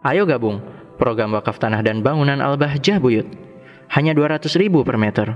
Ayo gabung program wakaf tanah dan bangunan Al-Bahjah Buyut. Hanya 200.000 per meter.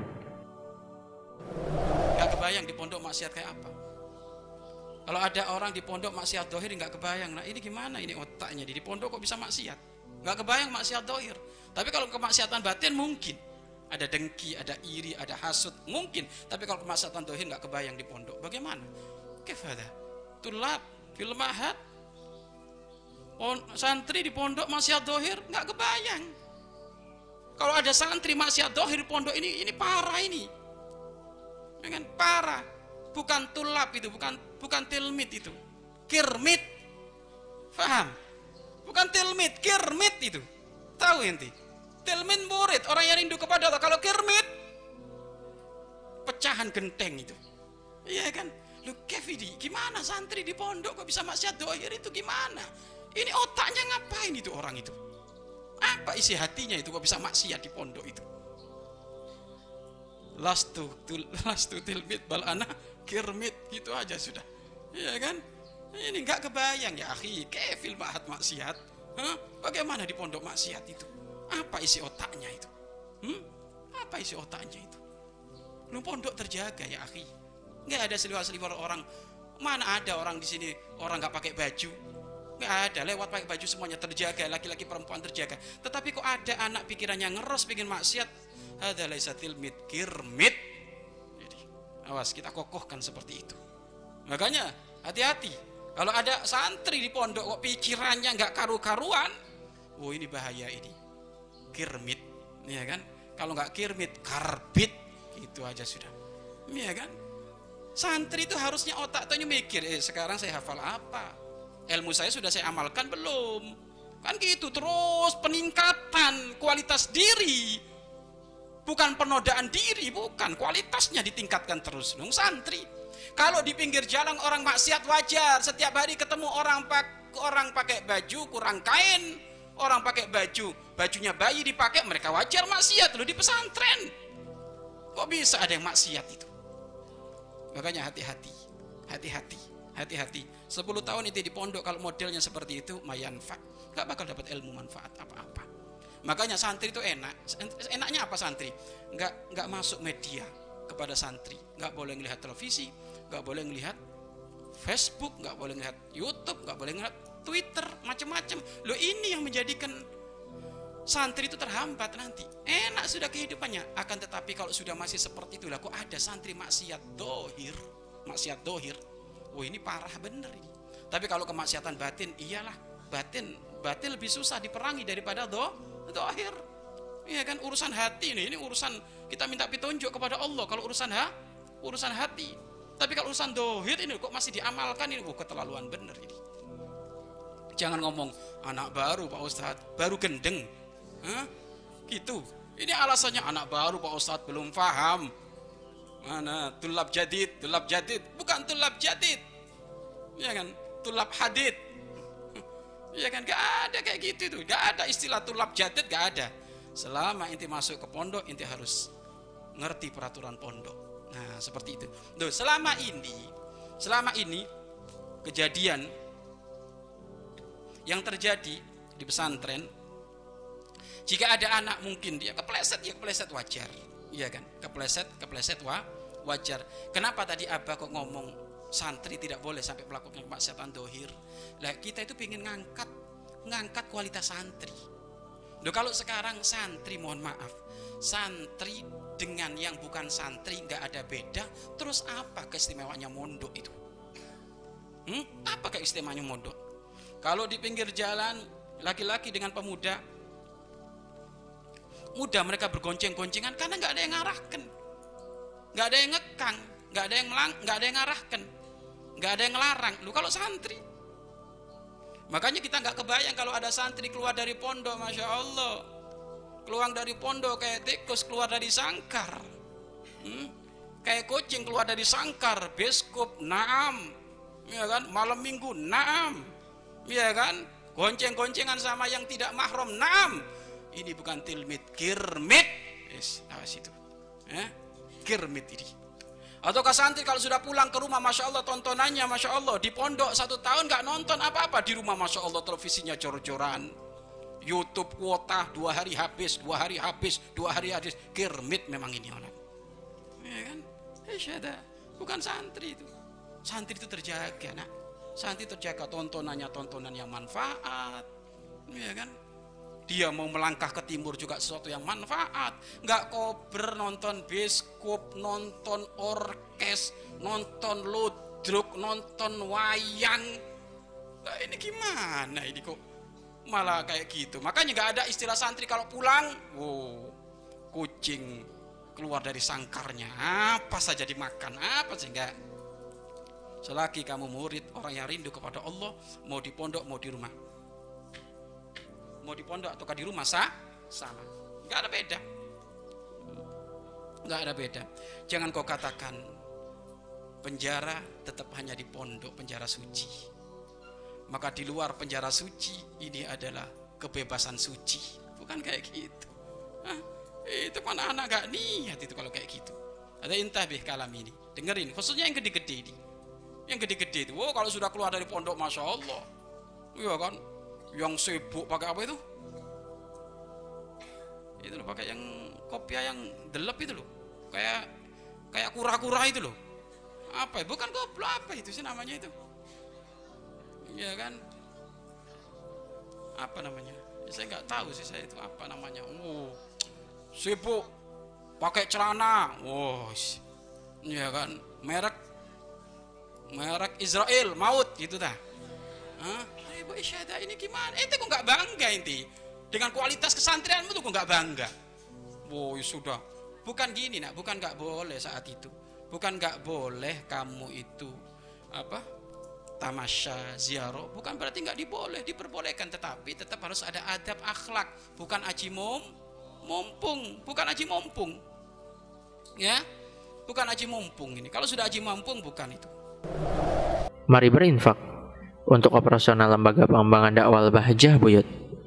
Gak kebayang di pondok maksiat kayak apa. Kalau ada orang di pondok maksiat dohir gak kebayang. Nah ini gimana ini otaknya di pondok kok bisa maksiat? Gak kebayang maksiat dohir. Tapi kalau kemaksiatan batin mungkin. Ada dengki, ada iri, ada hasud, mungkin. Tapi kalau kemaksiatan dohir gak kebayang di pondok. Bagaimana? Kefada tulab fil mahad, santri di pondok maksiat dohir nggak kebayang. Kalau ada santri maksiat dohir di pondok ini parah ini, kan parah. Bukan tulab itu, bukan tilmid itu, kirmit, faham? Bukan tilmid, kirmit itu. Tahu ente? Tilmid murid, orang yang rindu kepada Allah. Kalau kirmit, pecahan genteng itu, iya kan? Lu kefidi, gimana santri di pondok kok bisa maksiat dohir itu gimana? Ini otaknya ngapain itu orang itu? Apa isi hatinya itu kok bisa maksiat di pondok itu? Lastu tilmid bal ana kirmit, gitu aja sudah. Iya kan? Ini nggak kebayang ya akhi, kefil mahat maksiat. Hah? Bagaimana di pondok maksiat itu? Apa isi otaknya itu? Apa isi otaknya itu? Lu pondok terjaga ya akhi. Nggak ada seliwar-seliwar orang. Mana ada orang di sini orang nggak pakai baju? Nggak ada, lewat pakai baju semuanya terjaga, laki-laki perempuan terjaga. Tetapi kok ada anak pikirannya ngeros, pengen maksiat. Hadza laisa tilmid kirmit. Jadi awas, kita kokohkan seperti itu. Makanya hati-hati. Kalau ada santri di pondok kok pikirannya nggak karu-karuan, oh ini bahaya ini. Kirmit, ya kan? Kalau nggak kirmit, karbit, itu aja sudah. Ya kan? Santri itu harusnya otaknya mikir, sekarang saya hafal apa? Ilmu saya sudah saya amalkan belum? Kan gitu, terus peningkatan kualitas diri. Bukan penodaan diri, bukan. Kualitasnya ditingkatkan terus. Nung santri. Kalau di pinggir jalan orang maksiat wajar. Setiap hari ketemu orang pakai baju kurang kain, orang pakai bajunya bayi dipakai, mereka wajar maksiat. Loh di pesantren. Kok bisa ada yang maksiat itu? Makanya hati-hati. 10 tahun itu di pondok kalau modelnya seperti itu mayanfa, gak bakal dapat ilmu manfaat apa-apa. Makanya santri itu enaknya apa santri? Gak masuk media kepada santri, gak boleh ngelihat televisi, gak boleh ngelihat Facebook, gak boleh ngelihat YouTube, gak boleh ngelihat Twitter, macam-macam. Loh ini yang menjadikan santri itu terhambat nanti. Enak sudah kehidupannya, akan tetapi kalau sudah masih seperti itulah kok ada santri maksiat dohir. Oh ini parah bener ini. Tapi kalau kemaksiatan batin, iyalah batin lebih susah diperangi daripada dohir. Iya kan, urusan hati ini urusan kita minta petunjuk kepada Allah. Kalau urusan hati. Tapi kalau urusan dohir ini kok masih diamalkan ini, keterlaluan bener ini. Jangan ngomong anak baru Pak Ustadz, baru gendeng. Gitu. Ini alasannya anak baru Pak Ustadz belum paham. Mana tulab jadid, bukan tulab jadid. Ya kan, tulab hadid. Ya kan, gak ada kayak gitu tuh. Gak ada istilah tulab jadid, gak ada. Selama inti masuk ke pondok, inti harus ngerti peraturan pondok. Nah, seperti itu. Tuh, selama ini kejadian yang terjadi di pesantren, jika ada anak mungkin dia kepleset wajar. Iya kan, kepleset wajar. Kenapa tadi Abah kok ngomong santri tidak boleh sampai melakukan kemaksiatan dohir? Lah kita itu ingin ngangkat kualitas santri. Loh kalau sekarang santri, mohon maaf, santri dengan yang bukan santri nggak ada beda. Terus apa keistimewaannya mondok itu? Apa keistimewaannya mondok? Kalau di pinggir jalan laki-laki dengan pemuda, mudah mereka bergonceng-goncengan karena nggak ada yang ngarahkan, nggak ada yang ngekang, nggak ada yang ngarahkan, nggak ada yang ngelarang. Lu kalau santri, makanya kita nggak kebayang kalau ada santri keluar dari pondok, masya Allah, keluar dari pondok kayak tikus keluar dari sangkar, kayak kucing keluar dari sangkar, beskop, naam, ya kan, malam minggu, naam, ya kan, gonceng-goncengan sama yang tidak mahram, naam. Ini bukan tilmid, kirmit. Awas itu. Kirmit ini. Ataukah santri kalau sudah pulang ke rumah, masya Allah tontonannya, masya Allah, di pondok 1 tahun gak nonton apa-apa, di rumah masya Allah televisinya jor-joran, YouTube kuota 2 hari habis, 2 hari habis, 2 hari habis. Kirmit memang ini orang. Ya kan? Syada. Bukan santri itu. Santri itu terjaga, nak. Santri terjaga tontonannya tontonan yang manfaat. Ya kan? Dia mau melangkah ke timur juga sesuatu yang manfaat. Nggak kober nonton bioskop, nonton orkes, nonton ludruk, nonton wayang. Nah, ini gimana ini kok malah kayak gitu. Makanya nggak ada istilah santri kalau pulang, wow, kucing keluar dari sangkarnya, apa saja dimakan, apa sih enggak. Selagi kamu murid orang yang rindu kepada Allah, mau di pondok mau di rumah, mau di pondok atau di rumah sama, nggak ada beda, nggak ada beda. Jangan kau katakan penjara tetap hanya di pondok, penjara suci. Maka di luar penjara suci ini adalah kebebasan suci, bukan kayak gitu. Itu kan anak gak niat itu kalau kayak gitu. Ada intabih kalam ini, dengerin, khususnya yang gede-gede ini, yang gede-gede itu. Oh, kalau sudah keluar dari pondok, masya Allah, iya kan, yang sibuk pakai apa itu loh, pakai yang kopiah yang delep itu loh, kayak kura-kura itu loh, apa? Bukan koplo, apa itu sih namanya itu? Ya kan, apa namanya? Ya, saya nggak tahu sih saya itu apa namanya. Oh, sibuk pakai celana, ya kan, merek Israel maut gitu dah. Ibu Isyada ini gimana? Itu kok nggak bangga inti dengan kualitas kesantrianmu tuh kok nggak bangga? Sudah, bukan gini nak, bukan nggak boleh saat itu, bukan nggak boleh kamu itu apa? Tamasya, ziarah, bukan berarti nggak diperbolehkan, tetapi tetap harus ada adab akhlak, bukan aji mumpung, bukan aji mumpung, ya, bukan aji mumpung ini. Kalau sudah aji mumpung bukan itu. Mari berinfak untuk operasional lembaga pengembangan dakwah Al-Bahjah Buyut.